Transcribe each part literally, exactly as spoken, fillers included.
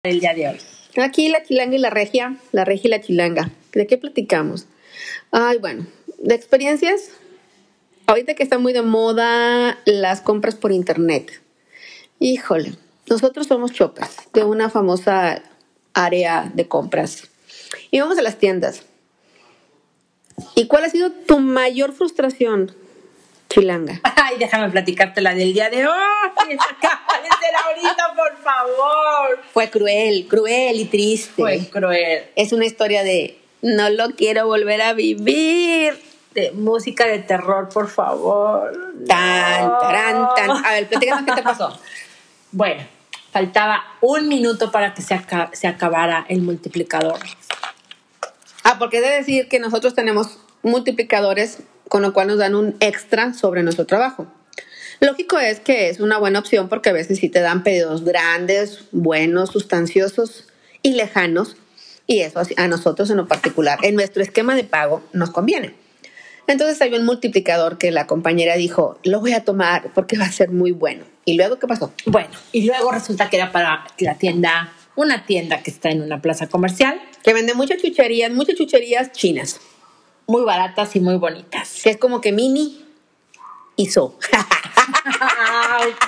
el día de hoy? Aquí la chilanga y la regia, la regia y la chilanga. ¿De qué platicamos? Ay, bueno, de experiencias. Ahorita que está muy de moda las compras por internet. Híjole, nosotros somos choppers de una famosa área de compras. Y vamos a las tiendas. ¿Y cuál ha sido tu mayor frustración, chilanga? Ay, déjame platicarte la del día de hoy. Acaba de ser ahorita, por favor. Fue cruel, cruel y triste. Fue cruel. Es una historia de no lo quiero volver a vivir. De música de terror, por favor. Tan, No. tarán, tan. A ver, platícame qué te pasó. Bueno, faltaba un minuto para que se, aca- se acabara el multiplicador. Ah, porque he de decir que nosotros tenemos multiplicadores con lo cual nos dan un extra sobre nuestro trabajo. Lógico es que es una buena opción porque a veces sí te dan pedidos grandes, buenos, sustanciosos y lejanos, y eso a nosotros en lo particular, en nuestro esquema de pago, nos conviene. Entonces había un multiplicador que la compañera dijo, lo voy a tomar porque va a ser muy bueno. ¿Y luego qué pasó? Bueno, y luego resulta que era para la tienda, una tienda que está en una plaza comercial, Que vende muchas chucherías, muchas chucherías chinas, muy baratas y muy bonitas. que es como que mini hizo. Ah, ok,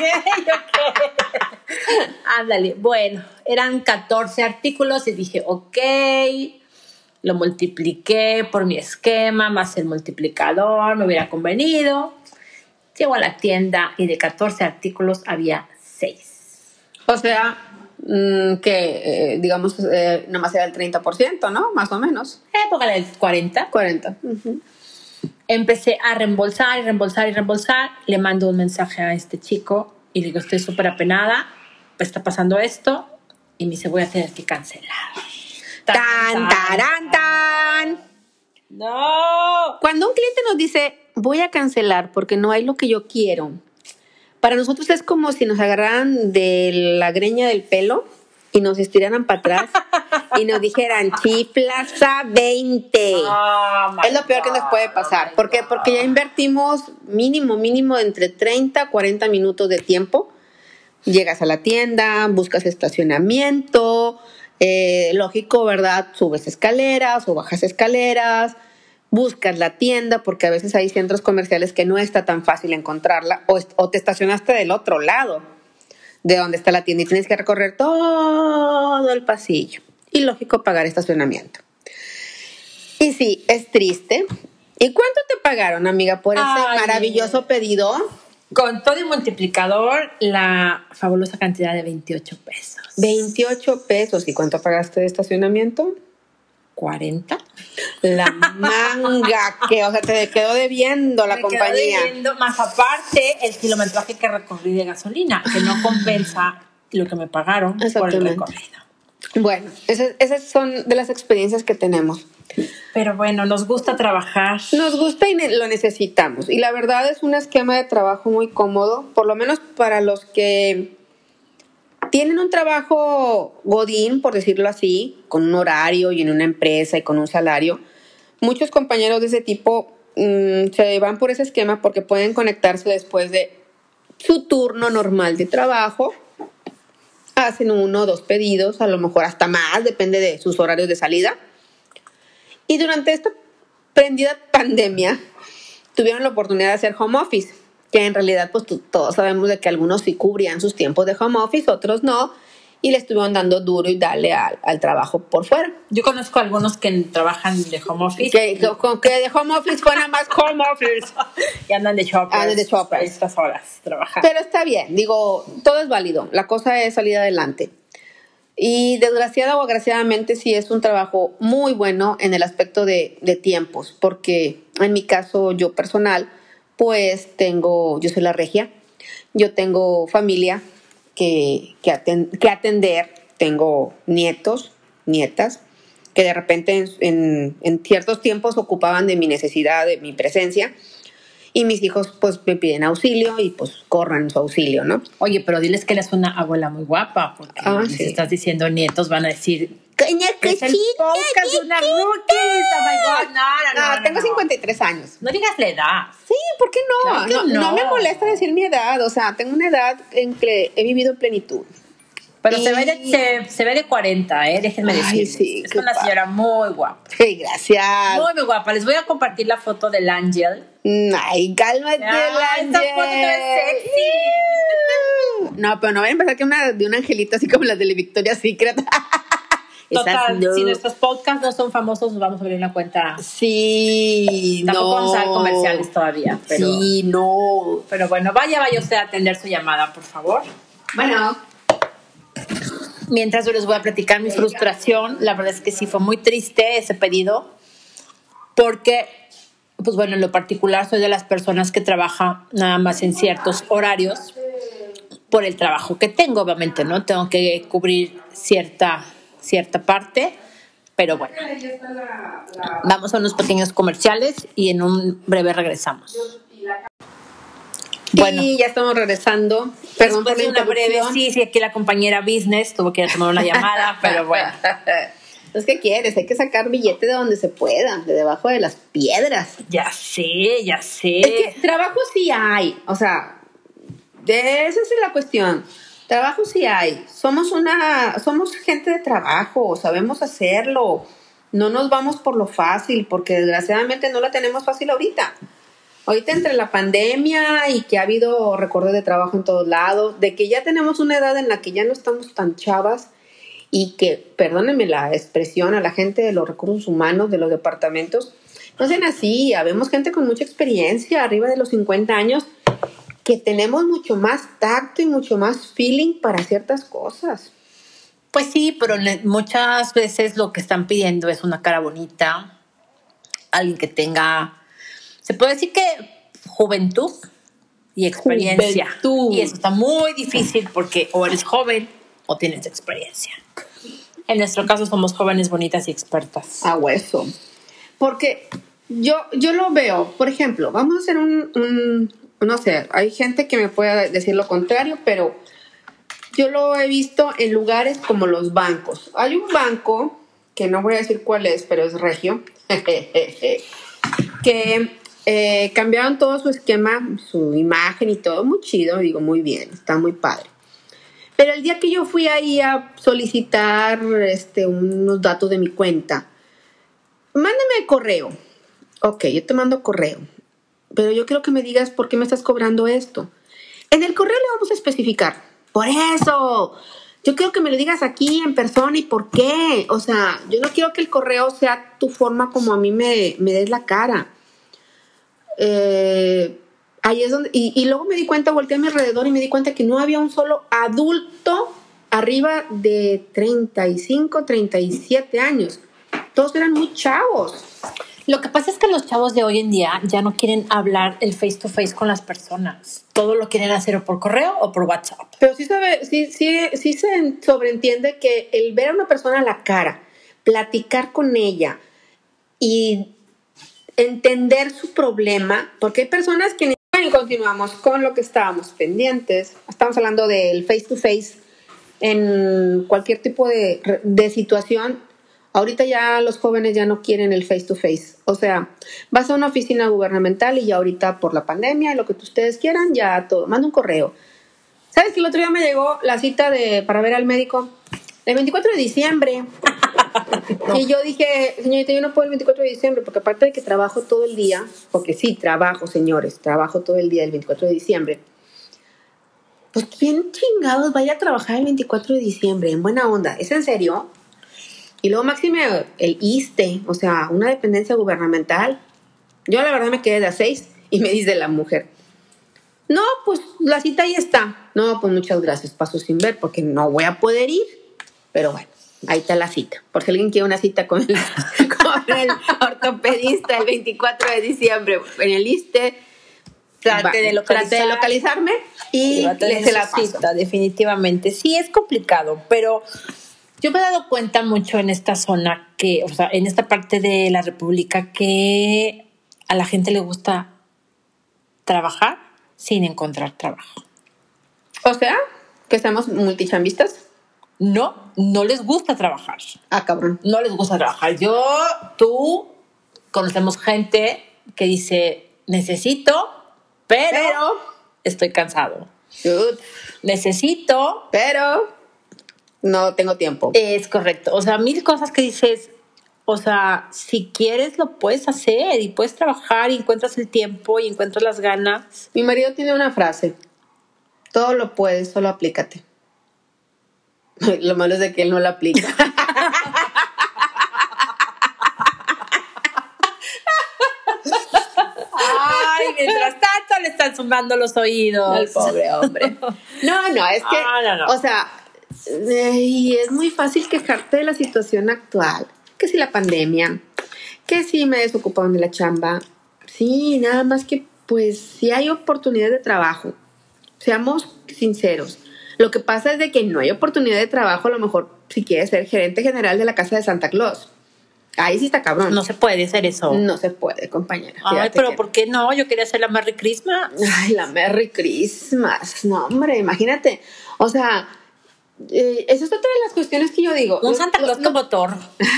ok. Ándale, bueno, eran catorce artículos y dije, ok, lo multipliqué por mi esquema, más el multiplicador, me hubiera convenido. Llego a la tienda y de catorce artículos había seis. O sea, mmm, que eh, digamos, eh, nomás era el treinta por ciento, ¿no? Más o menos. Eh, póngale el cuarenta. cuarenta. Uh-huh. Empecé a reembolsar y reembolsar y reembolsar. Le mando un mensaje a este chico y le digo, estoy súper apenada, está pasando esto. Y me dice, voy a tener que cancelar. Tan, tarán, tan. ¡No! Cuando un cliente nos dice, voy a cancelar porque no hay lo que yo quiero, para nosotros es como si nos agarraran de la greña del pelo y nos estiraran para atrás y nos dijeran, chiflas a veinte. Oh, es lo peor que nos puede pasar. ¿Por qué? Porque ya invertimos mínimo, mínimo entre treinta a cuarenta minutos de tiempo. Llegas a la tienda, buscas estacionamiento, eh, lógico, ¿verdad? Subes escaleras o bajas escaleras, buscas la tienda, porque a veces hay centros comerciales que no está tan fácil encontrarla, o, o te estacionaste del otro lado de donde está la tienda y tienes que recorrer todo el pasillo. Y lógico, pagar estacionamiento. Y sí, es triste. ¿Y cuánto te pagaron, amiga, por ese Ay, maravilloso pedido? Con todo y multiplicador, la fabulosa cantidad de veintiocho pesos. veintiocho pesos. ¿Y cuánto pagaste de estacionamiento? ¿cuarenta? La manga, que, o sea, te quedó debiendo la Me compañía. quedó debiendo, más aparte el kilometraje que recorrí de gasolina, que no compensa lo que me pagaron por el recorrido. Bueno, esas, esas son de las experiencias que tenemos. Pero bueno, nos gusta trabajar. Nos gusta y ne- lo necesitamos. Y la verdad es un esquema de trabajo muy cómodo, por lo menos para los que tienen un trabajo godín, por decirlo así, con un horario y en una empresa y con un salario. Muchos compañeros de ese tipo mmm, se van por ese esquema porque pueden conectarse después de su turno normal de trabajo. Hacen uno o dos pedidos, a lo mejor hasta más, depende de sus horarios de salida. Y durante esta prendida pandemia tuvieron la oportunidad de hacer home office, que en realidad pues todos sabemos de que algunos sí cubrían sus tiempos de home office, otros no, y le estuvieron dando duro y dale al, al trabajo por fuera. Yo conozco a algunos que trabajan de home office. Que, que, que de home office fue nada más home office. Y andan de shoppers. Andan de shoppers. A estas horas trabajando. Pero está bien, digo, todo es válido. La cosa es salir adelante. Y desgraciada o agraciadamente sí es un trabajo muy bueno en el aspecto de, de tiempos, porque en mi caso yo personal, pues tengo, yo soy la regia, yo tengo familia que, que, atend, que atender, tengo nietos, nietas, que de repente en, en, en ciertos tiempos ocupaban de mi necesidad, de mi presencia, y mis hijos pues me piden auxilio y pues corran su auxilio, ¿no? Oye, pero diles que eres una abuela muy guapa, porque ah, si sí. estás diciendo nietos van a decir ¡Caña, es el podcast de una rookie! ¡Oh, my God! No, no, no, no, no tengo no. cincuenta y tres años. No digas la edad. Sí, ¿por qué no? Claro que no? no. No me molesta decir mi edad, o sea, tengo una edad en que he vivido en plenitud. Pero Y- se, ve de, se, se ve de cuarenta, ¿eh? Déjenme Ay, decirles. sí, es qué una padre. señora muy guapa. Sí, gracias. Muy, muy guapa. Les voy a compartir la foto del Ángel. Ay, cálmate, Ah, el esta foto Ángel. es sexy. No, pero no vayan a pensar que una de un angelito así como las de la Victoria's Secret. Esas Total, no. si nuestros podcasts no son famosos, nos vamos a abrir una cuenta. Sí, Tampoco no. vamos a dar comerciales todavía. Pero, Sí, no. pero bueno, vaya, vaya usted a atender su llamada, por favor. Bueno. Mientras yo les voy a platicar mi frustración, la verdad es que sí fue muy triste ese pedido, porque, pues bueno, en lo particular soy de las personas que trabaja nada más en ciertos horarios por el trabajo que tengo, obviamente, ¿no? Tengo que cubrir cierta, cierta parte, pero bueno, vamos a unos pequeños comerciales y en un breve regresamos. Bueno, sí, ya estamos regresando. Perdón por la Después de una breve, interrupción. sí, sí, aquí la compañera Business tuvo que ir a tomar una llamada, pero bueno. Entonces, ¿qué quieres? Hay que sacar billete de donde se pueda, de debajo de las piedras. Ya sé, ya sé. Es que trabajo sí hay, o sea, de esa es la cuestión. Trabajo sí hay. Somos una, somos gente de trabajo, sabemos hacerlo. No nos vamos por lo fácil, porque desgraciadamente no la tenemos fácil ahorita. Ahorita entre la pandemia y que ha habido recortes de trabajo en todos lados, de que ya tenemos una edad en la que ya no estamos tan chavas y que, perdónenme la expresión, a la gente de los recursos humanos, de los departamentos, no sean así. Habemos gente con mucha experiencia, arriba de los cincuenta años, que tenemos mucho más tacto y mucho más feeling para ciertas cosas. Pues sí, pero muchas veces lo que están pidiendo es una cara bonita, alguien que tenga, se puede decir que juventud y experiencia. Juventud. Y eso está muy difícil porque o eres joven o tienes experiencia. En nuestro caso somos jóvenes, bonitas y expertas. A hueso. Porque yo, yo lo veo, por ejemplo, vamos a hacer un, un, no sé, hay gente que me puede decir lo contrario, pero yo lo he visto en lugares como los bancos. Hay un banco, que no voy a decir cuál es, pero es Regio, que eh, cambiaron todo su esquema, su imagen y todo, muy chido, digo, muy bien, está muy padre. Pero el día que yo fui ahí a solicitar este, unos datos de mi cuenta, mándame el correo. Ok, yo te mando correo, pero yo quiero que me digas por qué me estás cobrando esto. En el correo le vamos a especificar. Por eso, yo quiero que me lo digas aquí en persona y por qué. O sea, yo no quiero que el correo sea tu forma como a mí me, me des la cara. Eh, ahí es donde, y, y luego me di cuenta, volteé a mi alrededor y me di cuenta que no había un solo adulto arriba de treinta y cinco, treinta y siete años. Todos eran muy chavos. Lo que pasa es que los chavos de hoy en día ya no quieren hablar el face to face con las personas. Todo lo quieren hacer o por correo o por WhatsApp. Pero sí, sabe, sí, sí, sí se sobreentiende que el ver a una persona a la cara, platicar con ella y entender su problema, porque hay personas que... Bueno, y continuamos con lo que estábamos pendientes. Estamos hablando del face to face en cualquier tipo de, de situación. Ahorita ya los jóvenes ya no quieren el face to face. O sea, vas a una oficina gubernamental y ya ahorita por la pandemia, lo que ustedes quieran, ya todo. Manda un correo. ¿Sabes que el otro día me llegó la cita de para ver al médico? El veinticuatro de diciembre. No. Y yo dije, señorita, yo no puedo el veinticuatro de diciembre porque aparte de que trabajo todo el día, porque sí, trabajo, señores, trabajo todo el día el veinticuatro de diciembre. Pues ¿quién chingados vaya a trabajar el veinticuatro de diciembre? En buena onda. ¿Es en serio? Y luego máxime el I S S S T E, o sea, una dependencia gubernamental. Yo la verdad me quedé de a seis y me dice la mujer, no, pues la cita ahí está. No, pues muchas gracias, paso sin ver porque no voy a poder ir. Pero bueno, ahí está la cita. Por si alguien quiere una cita con el, con el ortopedista el veinticuatro de diciembre en el I S S S T E, Trate de, localizar, trate de localizarme y le se la paso. Cita, definitivamente. Sí, es complicado, pero yo me he dado cuenta mucho en esta zona, que, o sea, en esta parte de la República, que a la gente le gusta trabajar sin encontrar trabajo. O sea, que seamos multichambistas. No, no les gusta trabajar. Ah, cabrón. No les gusta trabajar. Yo, tú, conocemos gente que dice, necesito, pero, pero estoy cansado. Good. Necesito, pero no tengo tiempo. Es correcto. O sea, mil cosas que dices, o sea, si quieres lo puedes hacer y puedes trabajar y encuentras el tiempo y encuentras las ganas. Mi marido tiene una frase: todo lo puedes, solo aplícate. Lo malo es de que él no lo aplica. Ay, mientras tanto le están zumbando los oídos. Al pobre hombre. No, no, es que, Ah, no, no. o sea, eh, y es muy fácil quejarte de la situación actual. Que si la pandemia, que si me desocuparon de la chamba. Sí, nada más que, pues, si hay oportunidades de trabajo. Seamos sinceros. Lo que pasa es de que no hay oportunidad de trabajo, a lo mejor, si quieres ser gerente general de la casa de Santa Claus. Ahí sí está cabrón. No se puede hacer eso. No se puede, compañera. Ay, Fíjate pero que- ¿por qué no? Yo quería hacer la Merry Christmas. Ay, la Merry Christmas. No, hombre, imagínate. O sea, eh, esa es otra de las cuestiones que yo digo. Un Lo- Santa lo- Claus lo- como Thor.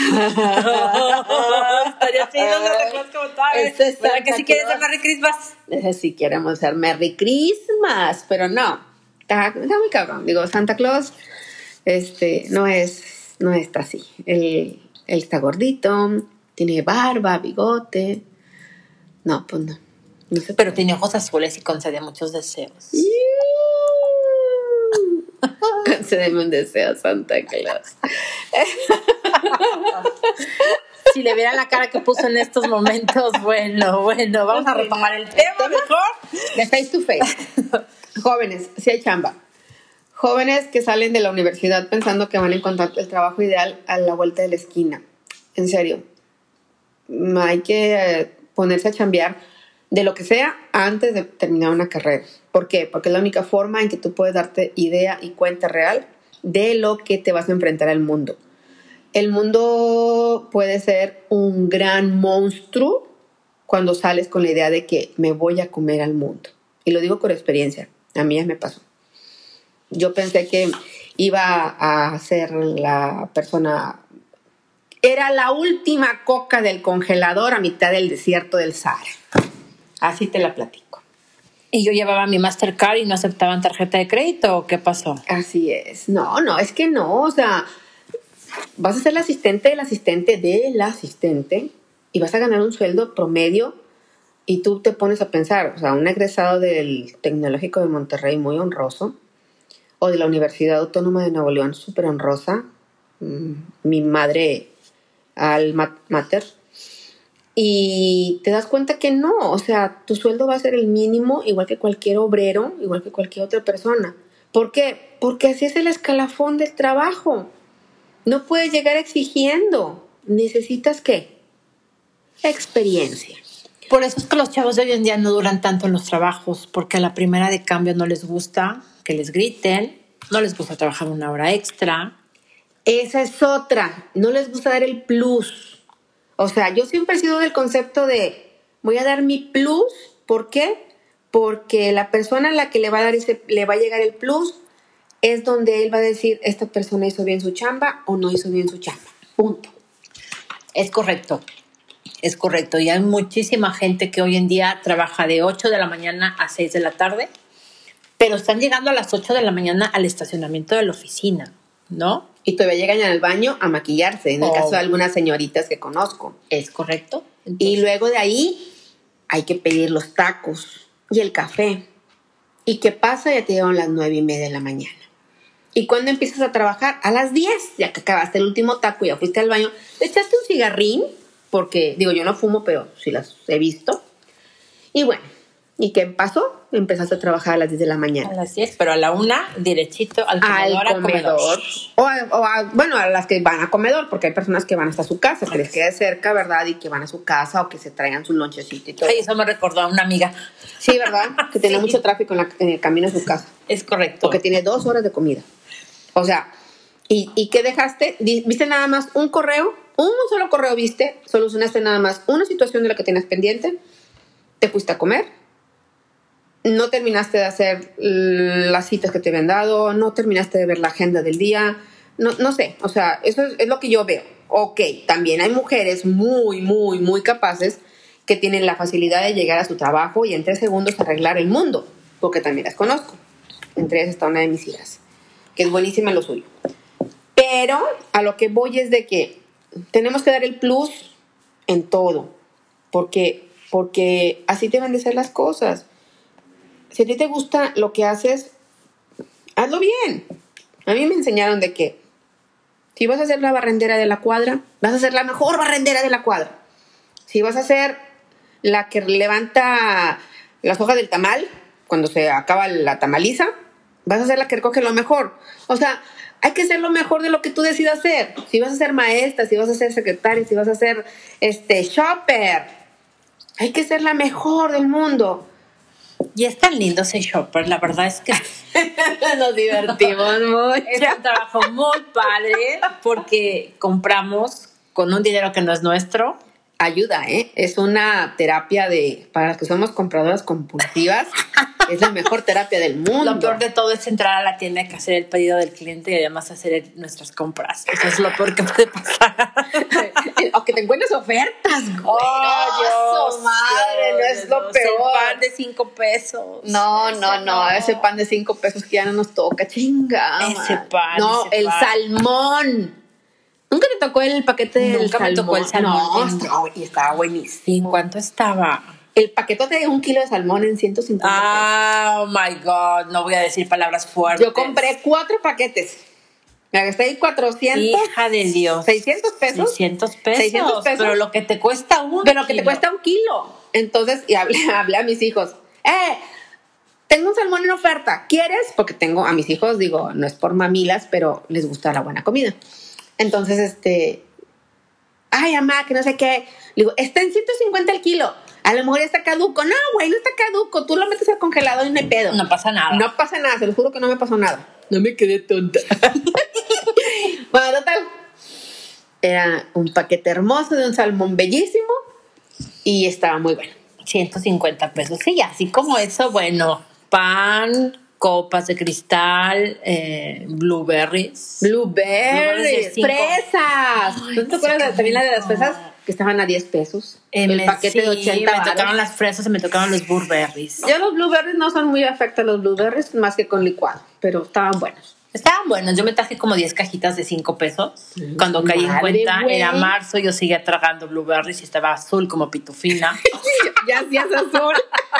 Estaría chido un Santa Claus como Thor. Ese es ¿Verdad Santa que sí quieres Claus. hacer Merry Christmas? Ese sí queremos ser Merry Christmas, pero no. Está, está muy cabrón. Digo, Santa Claus este, no es, no está así. Él, él está gordito, tiene barba, bigote. No, pues no. No sé. Pero tenía ojos azules y concedía muchos deseos. Concédeme un deseo, Santa Claus. Si le vieran la cara que puso en estos momentos, bueno, bueno, vamos a retomar el tema mejor. De face to face. Jóvenes, si hay chamba. Jóvenes que salen de la universidad pensando que van a encontrar el trabajo ideal a la vuelta de la esquina. En serio. Hay que eh, ponerse a chambear de lo que sea antes de terminar una carrera. ¿Por qué? Porque es la única forma en que tú puedes darte idea y cuenta real de lo que te vas a enfrentar al mundo. El mundo puede ser un gran monstruo cuando sales con la idea de que me voy a comer al mundo. Y lo digo por experiencia. A mí ya me pasó. Yo pensé que iba a ser la persona... Era la última coca del congelador a mitad del desierto del Sahara. Así te la platico. Y yo llevaba mi Mastercard y no aceptaban tarjeta de crédito, ¿o qué pasó? Así es. No, no, es que no. O sea, vas a ser la asistente del asistente del asistente y vas a ganar un sueldo promedio y tú te pones a pensar, o sea, un egresado del Tecnológico de Monterrey muy honroso o de la Universidad Autónoma de Nuevo León súper honrosa, mm, mi madre al mater, y te das cuenta que no, o sea, tu sueldo va a ser el mínimo igual que cualquier obrero, igual que cualquier otra persona. ¿Por qué? Porque así es el escalafón del trabajo. No puedes llegar exigiendo. ¿Necesitas qué? Experiencia. Por eso es que los chavos de hoy en día no duran tanto en los trabajos, porque a la primera de cambio no les gusta que les griten, no les gusta trabajar una hora extra. Esa es otra. No les gusta dar el plus. O sea, yo siempre he sido del concepto de voy a dar mi plus. ¿Por qué? Porque la persona a la que le va a dar ese, le va a llegar el plus es donde él va a decir esta persona hizo bien su chamba o no hizo bien su chamba. Punto. Es correcto, es correcto. Y hay muchísima gente que hoy en día trabaja de ocho de la mañana a seis de la tarde, pero están llegando a las ocho de la mañana al estacionamiento de la oficina, ¿no? Y todavía llegan al baño a maquillarse, en el Oh. caso de algunas señoritas que conozco. Es correcto. Y luego de ahí hay que pedir los tacos y el café. ¿Y qué pasa? Ya te llevan las nueve y media de la mañana. ¿Y cuándo empiezas a trabajar? A las diez, ya que acabaste el último taco y ya fuiste al baño. ¿Te echaste un cigarrín? Porque, digo, yo no fumo, pero sí las he visto. Y bueno, ¿y qué pasó? Empezaste a trabajar a las diez de la mañana. A las diez, pero a la una, derechito al comedor. Al comedor. O, a, o a, bueno, a las que van a comedor, porque hay personas que van hasta su casa, que les queda cerca, ¿verdad? Y que van a su casa o que se traigan su lonchecito y todo. Ay, eso me recordó a una amiga. Sí, ¿verdad? Que tiene Sí. mucho tráfico en, la, en el camino a su casa. Es correcto. O que tiene dos horas de comida. O sea, ¿y, y qué dejaste? ¿Viste nada más un correo? Un solo correo viste, solucionaste nada más una situación de la que tienes pendiente, te fuiste a comer, no terminaste de hacer las citas que te habían dado, no terminaste de ver la agenda del día, no, no sé, o sea, eso es, es lo que yo veo. Ok, también hay mujeres muy, muy, muy capaces que tienen la facilidad de llegar a su trabajo y en tres segundos arreglar el mundo, porque también las conozco. Entre ellas está una de mis hijas, que es buenísima en lo suyo. Pero a lo que voy es de que tenemos que dar el plus en todo, porque, porque así deben de ser las cosas. Si a ti te gusta lo que haces, hazlo bien. A mí me enseñaron de que si vas a ser la barrendera de la cuadra, vas a ser la mejor barrendera de la cuadra. Si vas a ser la que levanta las hojas del tamal cuando se acaba la tamaliza, vas a ser la que recoge lo mejor. O sea, hay que ser lo mejor de lo que tú decidas ser. Si vas a ser maestra, si vas a ser secretaria, si vas a ser este, shopper, hay que ser la mejor del mundo. Y es tan lindo ser shopper, la verdad es que nos divertimos mucho. Es un trabajo muy padre porque compramos con un dinero que no es nuestro. Ayuda, ¿eh? Es una terapia de para las que somos compradoras compulsivas. Es la mejor terapia del mundo. Lo peor de todo es entrar a la tienda y hacer el pedido del cliente y además hacer nuestras compras. Eso es lo peor que puede pasar. O que te encuentres ofertas. ¡Oh, Dios! Madre, no es lo peor. El pan de cinco pesos. No, no, no, no. Ese pan de cinco pesos que ya no nos toca. Chinga. Ese pan. No, ese el pan. salmón. ¿Nunca te tocó el paquete del Nunca salmón? me tocó el salmón. No, estaba, y estaba buenísimo. ¿Y en cuánto estaba? El paquetote de un kilo de salmón en ciento cincuenta ah, pesos. Oh, my God. No voy a decir palabras fuertes. Yo compré cuatro paquetes. Me gasté ahí cuatrocientos. Hija de Dios. seiscientos pesos. seiscientos pesos. seiscientos pesos. Pero lo que te cuesta un Pero lo que kilo. te cuesta un kilo. Entonces, y hablé, hablé a mis hijos. ¡Eh! Tengo un salmón en oferta. ¿Quieres? Porque tengo a mis hijos, digo, no es por mamilas, pero les gusta la buena comida. Entonces, este... Ay, mamá, que no sé qué. Le digo, está en ciento cincuenta el kilo. A lo mejor ya está caduco. No, güey, no está caduco. Tú lo metes al congelador y no hay pedo. No pasa nada. No pasa nada, se lo juro que no me pasó nada. No me quedé tonta. Bueno, total. Era un paquete hermoso de un salmón bellísimo y estaba muy bueno. ciento cincuenta pesos. Sí, así como eso, bueno, pan, copas de cristal, eh, blueberries. Blueberries, cinco. fresas. Ay, ¿No te acuerdas sí, de- también la de las no. fresas que estaban a diez pesos? Eh, el me- paquete de sí, ochenta me varos. tocaron las fresas y me tocaron los blueberries. Ya los blueberries no son muy afectos los blueberries más que con licuado, pero estaban buenos. Estaban buenos. Yo me traje como diez cajitas de cinco pesos. Cuando caí en Madre, cuenta, güey. era marzo, yo seguía tragando blueberries y estaba azul como pitufina. Ya hacías azul.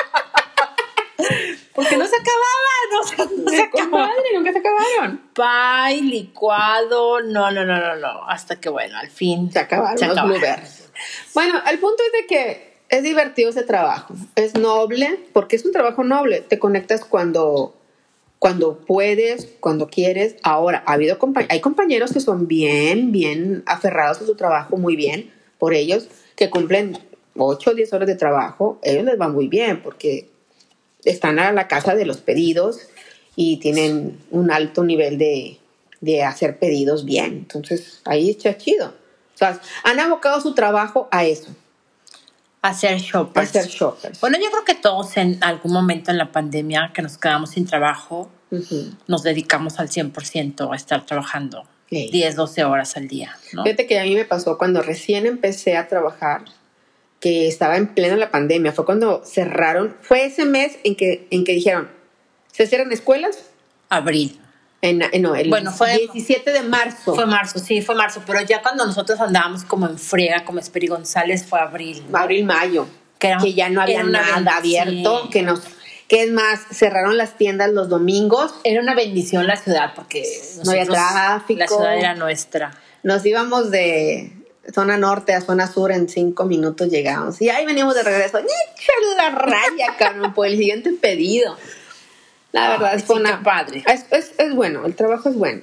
Porque no se acababan, no, se- no se acababan. Madre, nunca se acabaron. Pie, licuado, no, no, no, no, no. Hasta que, bueno, al fin Se acabaron se los acabaron. blueberries. Bueno, el punto es de que es divertido ese trabajo. Es noble, porque es un trabajo noble. Te conectas cuando, cuando puedes, cuando quieres. Ahora, ha habido compa- hay compañeros que son bien, bien aferrados a su trabajo, muy bien, por ellos, que cumplen ocho o diez horas de trabajo. Ellos les va muy bien, porque están a la casa de los pedidos y tienen un alto nivel de, de hacer pedidos bien. Entonces, ahí está chido. O sea, han abocado su trabajo a eso, Hacer a shoppers. ser shoppers. Bueno, yo creo que todos en algún momento en la pandemia que nos quedamos sin trabajo, Ujú. nos dedicamos al cien por ciento a estar trabajando Sí. diez, doce horas al día, ¿no? Fíjate que a mí me pasó cuando recién empecé a trabajar, que estaba en plena la pandemia. Fue cuando cerraron, fue ese mes en que, en que dijeron, se cierran escuelas. Abril. En, en- no, el Bueno, fue- diecisiete de marzo. Fue marzo, sí, fue marzo. Pero ya cuando nosotros andábamos como en friega, como Esperi González, fue abril, ¿no? Abril, mayo. Que era- que ya no había era una nada bendición. abierto, que nos, que es más, cerraron las tiendas los domingos. Era una bendición la ciudad porque No había nosotros- tráfico. La ciudad era nuestra. Nos íbamos de zona norte a zona sur en cinco minutos llegamos. Y ahí veníamos de regreso. ¡Échale la raya, cabrón! Por el siguiente pedido. La verdad es sí, fue una... qué padre. Es, es, es bueno, el trabajo es bueno.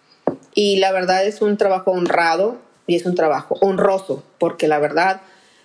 Y la verdad es un trabajo honrado y es un trabajo honroso. Porque la verdad,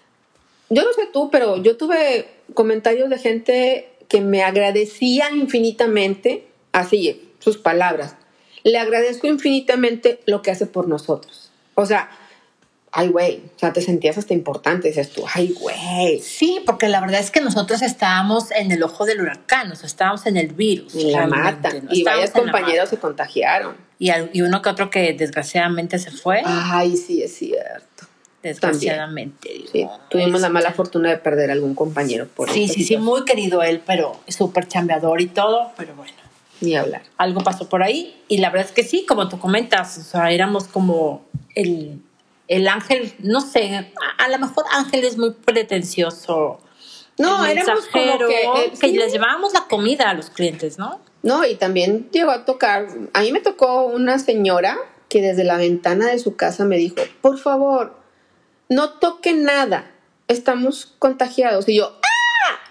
yo no sé tú, pero yo tuve comentarios de gente que me agradecían infinitamente, así, sus palabras. Le agradezco infinitamente lo que hace por nosotros. O sea, ay, güey, o sea, te sentías hasta importante, dices tú, ay, güey. Sí, porque la verdad es que nosotros estábamos en el ojo del huracán, o sea, estábamos en el virus. En la realmente, mata. ¿no? Y Estábamos varios en la compañeros mata. se contagiaron. Y, al- y uno que otro que desgraciadamente se fue. Ay, sí, es cierto. desgraciadamente. Digo, Sí, tuvimos la este, mala fortuna de perder algún compañero por Sí, esta sí, sí, situación. muy querido él, pero súper chambeador y todo, pero bueno. Ni hablar. Algo pasó por ahí y la verdad es que sí, como tú comentas, o sea, éramos como el, el ángel, no sé, a, a lo mejor Ángel es muy pretencioso. No, éramos como que, eh, que sí. les llevábamos la comida a los clientes, ¿no? No, y también llegó a tocar, a mí me tocó una señora que desde la ventana de su casa me dijo, por favor, no toque nada, estamos contagiados. Y yo, ¡ah!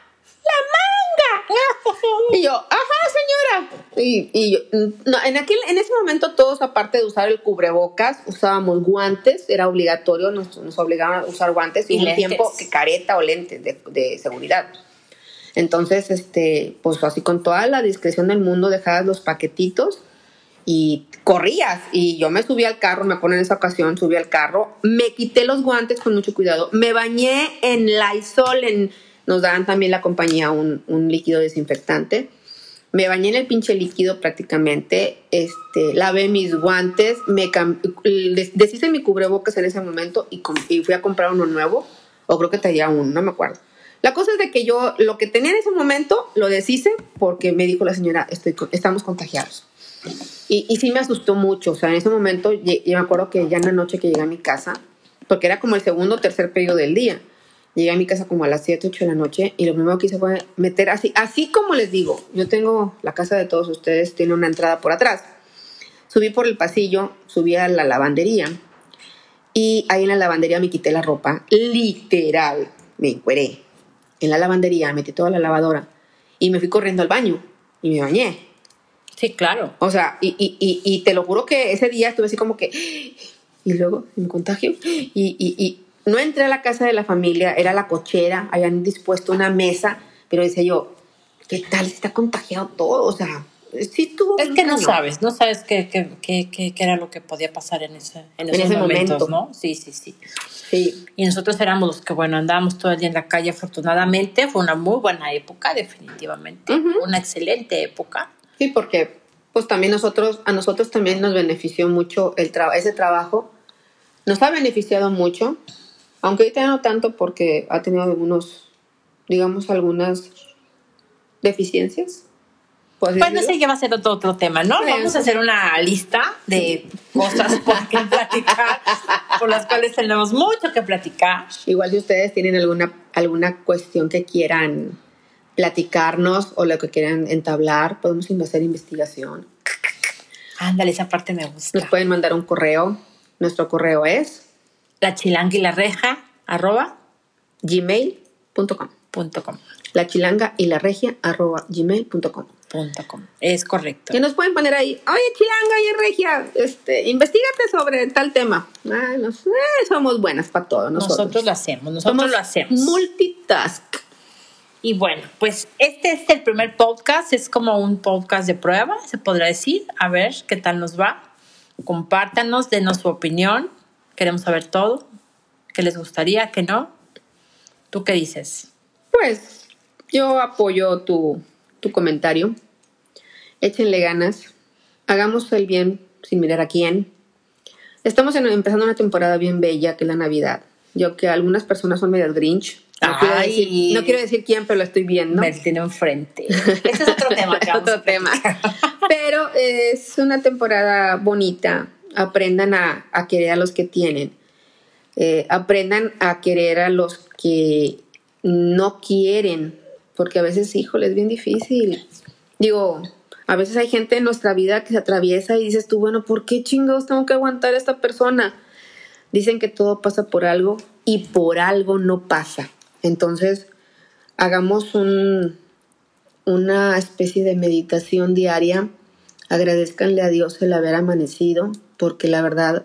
¡La manga! Y yo, ¡ajá, señora! Y, y yo, no, en, aquel, en ese momento todos, aparte de usar el cubrebocas, usábamos guantes, era obligatorio, nos, nos obligaban a usar guantes y, y un lentes. Tiempo que careta o lentes de, de seguridad. Entonces, este, pues así con toda la discreción del mundo dejabas los paquetitos y corrías. Y yo me subí al carro, me acuerdo en esa ocasión, subí al carro, me quité los guantes con mucho cuidado, me bañé en Lysol, en, nos daban también la compañía un, un líquido desinfectante. Me bañé en el pinche líquido prácticamente, este, lavé mis guantes, me cam- deshice mi cubrebocas en ese momento y, com- y fui a comprar uno nuevo, o creo que traía uno, no me acuerdo. La cosa es de que yo lo que tenía en ese momento lo deshice porque me dijo la señora, estoy, estamos contagiados. Y, y sí me asustó mucho. O sea, en ese momento yo me acuerdo que ya en la noche que llegué a mi casa, porque era como el segundo o tercer periodo del día, llegué a mi casa como a las siete, ocho de la noche y lo primero que hice fue meter así, así como les digo, yo tengo la casa de todos ustedes, tiene una entrada por atrás. Subí por el pasillo, subí a la lavandería y ahí en la lavandería me quité la ropa, literal, me encueré. En la lavandería, metí toda la lavadora y me fui corriendo al baño y me bañé. Sí, claro. O sea, y, y, y, y te lo juro que ese día estuve así como que... Y luego me contagio. Y, y, y no entré a la casa de la familia, era la cochera, habían dispuesto una mesa, pero decía yo, ¿qué tal si está contagiado todo? O sea, sí tuvo... Es que no cañón. sabes, no sabes qué, qué, qué, qué, qué era lo que podía pasar en, ese, en esos en ese momentos, momento. ¿no? Sí, sí, sí. Sí. Y nosotros éramos los que, bueno, andábamos todo el día en la calle, afortunadamente. Fue una muy buena época, definitivamente. Uh-huh. Una excelente época. Sí, porque pues también nosotros, a nosotros también nos benefició mucho el tra- ese trabajo. Nos ha beneficiado mucho, aunque ahorita no tanto porque ha tenido algunos, digamos, algunas deficiencias. Bueno, ese ya va a ser otro, otro tema, ¿no? Sí. Vamos a hacer una lista de cosas por qué platicar, por las cuales tenemos mucho que platicar. Igual si ustedes tienen alguna, alguna cuestión que quieran platicarnos o lo que quieran entablar, podemos hacer investigación. Ándale, esa parte me gusta. Nos pueden mandar un correo. Nuestro correo es la chilanga y la reja arroba gmail punto com. La chilanga y la regia arroba gmail punto com. Com. Es correcto. Que nos pueden poner ahí, oye, chilanga y regia, este, investígate sobre tal tema. Ah, nos, eh, somos buenas para todo nosotros. Nosotros lo hacemos, nosotros somos lo hacemos. Multitask. Y bueno, pues este es el primer podcast, es como un podcast de prueba, se podrá decir. A ver qué tal nos va. Compártanos, denos su opinión. Queremos saber todo. ¿Qué les gustaría, qué no? ¿Tú qué dices? Pues yo apoyo tu, tu comentario. Échenle ganas. Hagamos el bien sin mirar a quién. Estamos en, empezando una temporada bien bella, que es la Navidad. Yo que algunas personas son medias Grinch. No quiero, decir, no quiero decir quién, pero lo estoy viendo. Me tiene enfrente. Ese es otro tema. Que otro tema. Pero es una temporada bonita. Aprendan a, a querer a los que tienen. Eh, aprendan a querer a los que no quieren. Porque a veces, híjole, es bien difícil. Digo, a veces hay gente en nuestra vida que se atraviesa y dices tú, bueno, ¿por qué chingados tengo que aguantar a esta persona? Dicen que todo pasa por algo y por algo no pasa. Entonces, hagamos un, una especie de meditación diaria. Agradezcanle a Dios el haber amanecido, porque la verdad,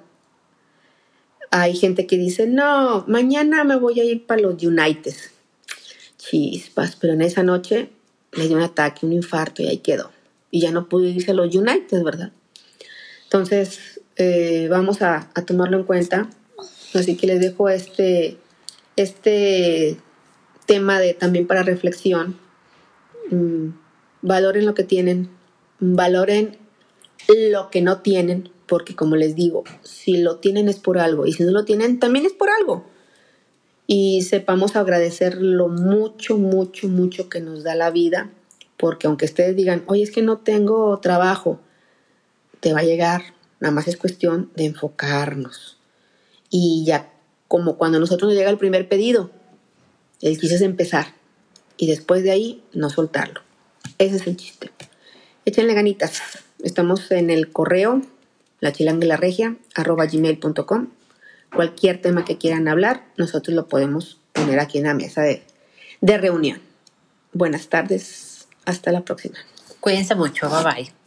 hay gente que dice, no, mañana me voy a ir para los United. Chispas, pero en esa noche le dio un ataque, un infarto y ahí quedó. Y ya no pude irse a los United, ¿verdad? Entonces, eh, vamos a, a tomarlo en cuenta. Así que les dejo este... este tema de también para reflexión. Mm, valoren lo que tienen, valoren lo que no tienen, porque como les digo, si lo tienen es por algo y si no lo tienen también es por algo. Y sepamos agradecer lo mucho, mucho, mucho que nos da la vida, porque aunque ustedes digan, oye, es que no tengo trabajo, te va a llegar. Nada más es cuestión de enfocarnos. Y ya, como cuando a nosotros nos llega el primer pedido, el chiste es empezar. Y después de ahí, no soltarlo. Ese es el chiste. Échenle ganitas. Estamos en el correo, lachilanguilaregia, arroba gmail punto com. Cualquier tema que quieran hablar, nosotros lo podemos poner aquí en la mesa de, de reunión. Buenas tardes. Hasta la próxima. Cuídense mucho. Bye bye.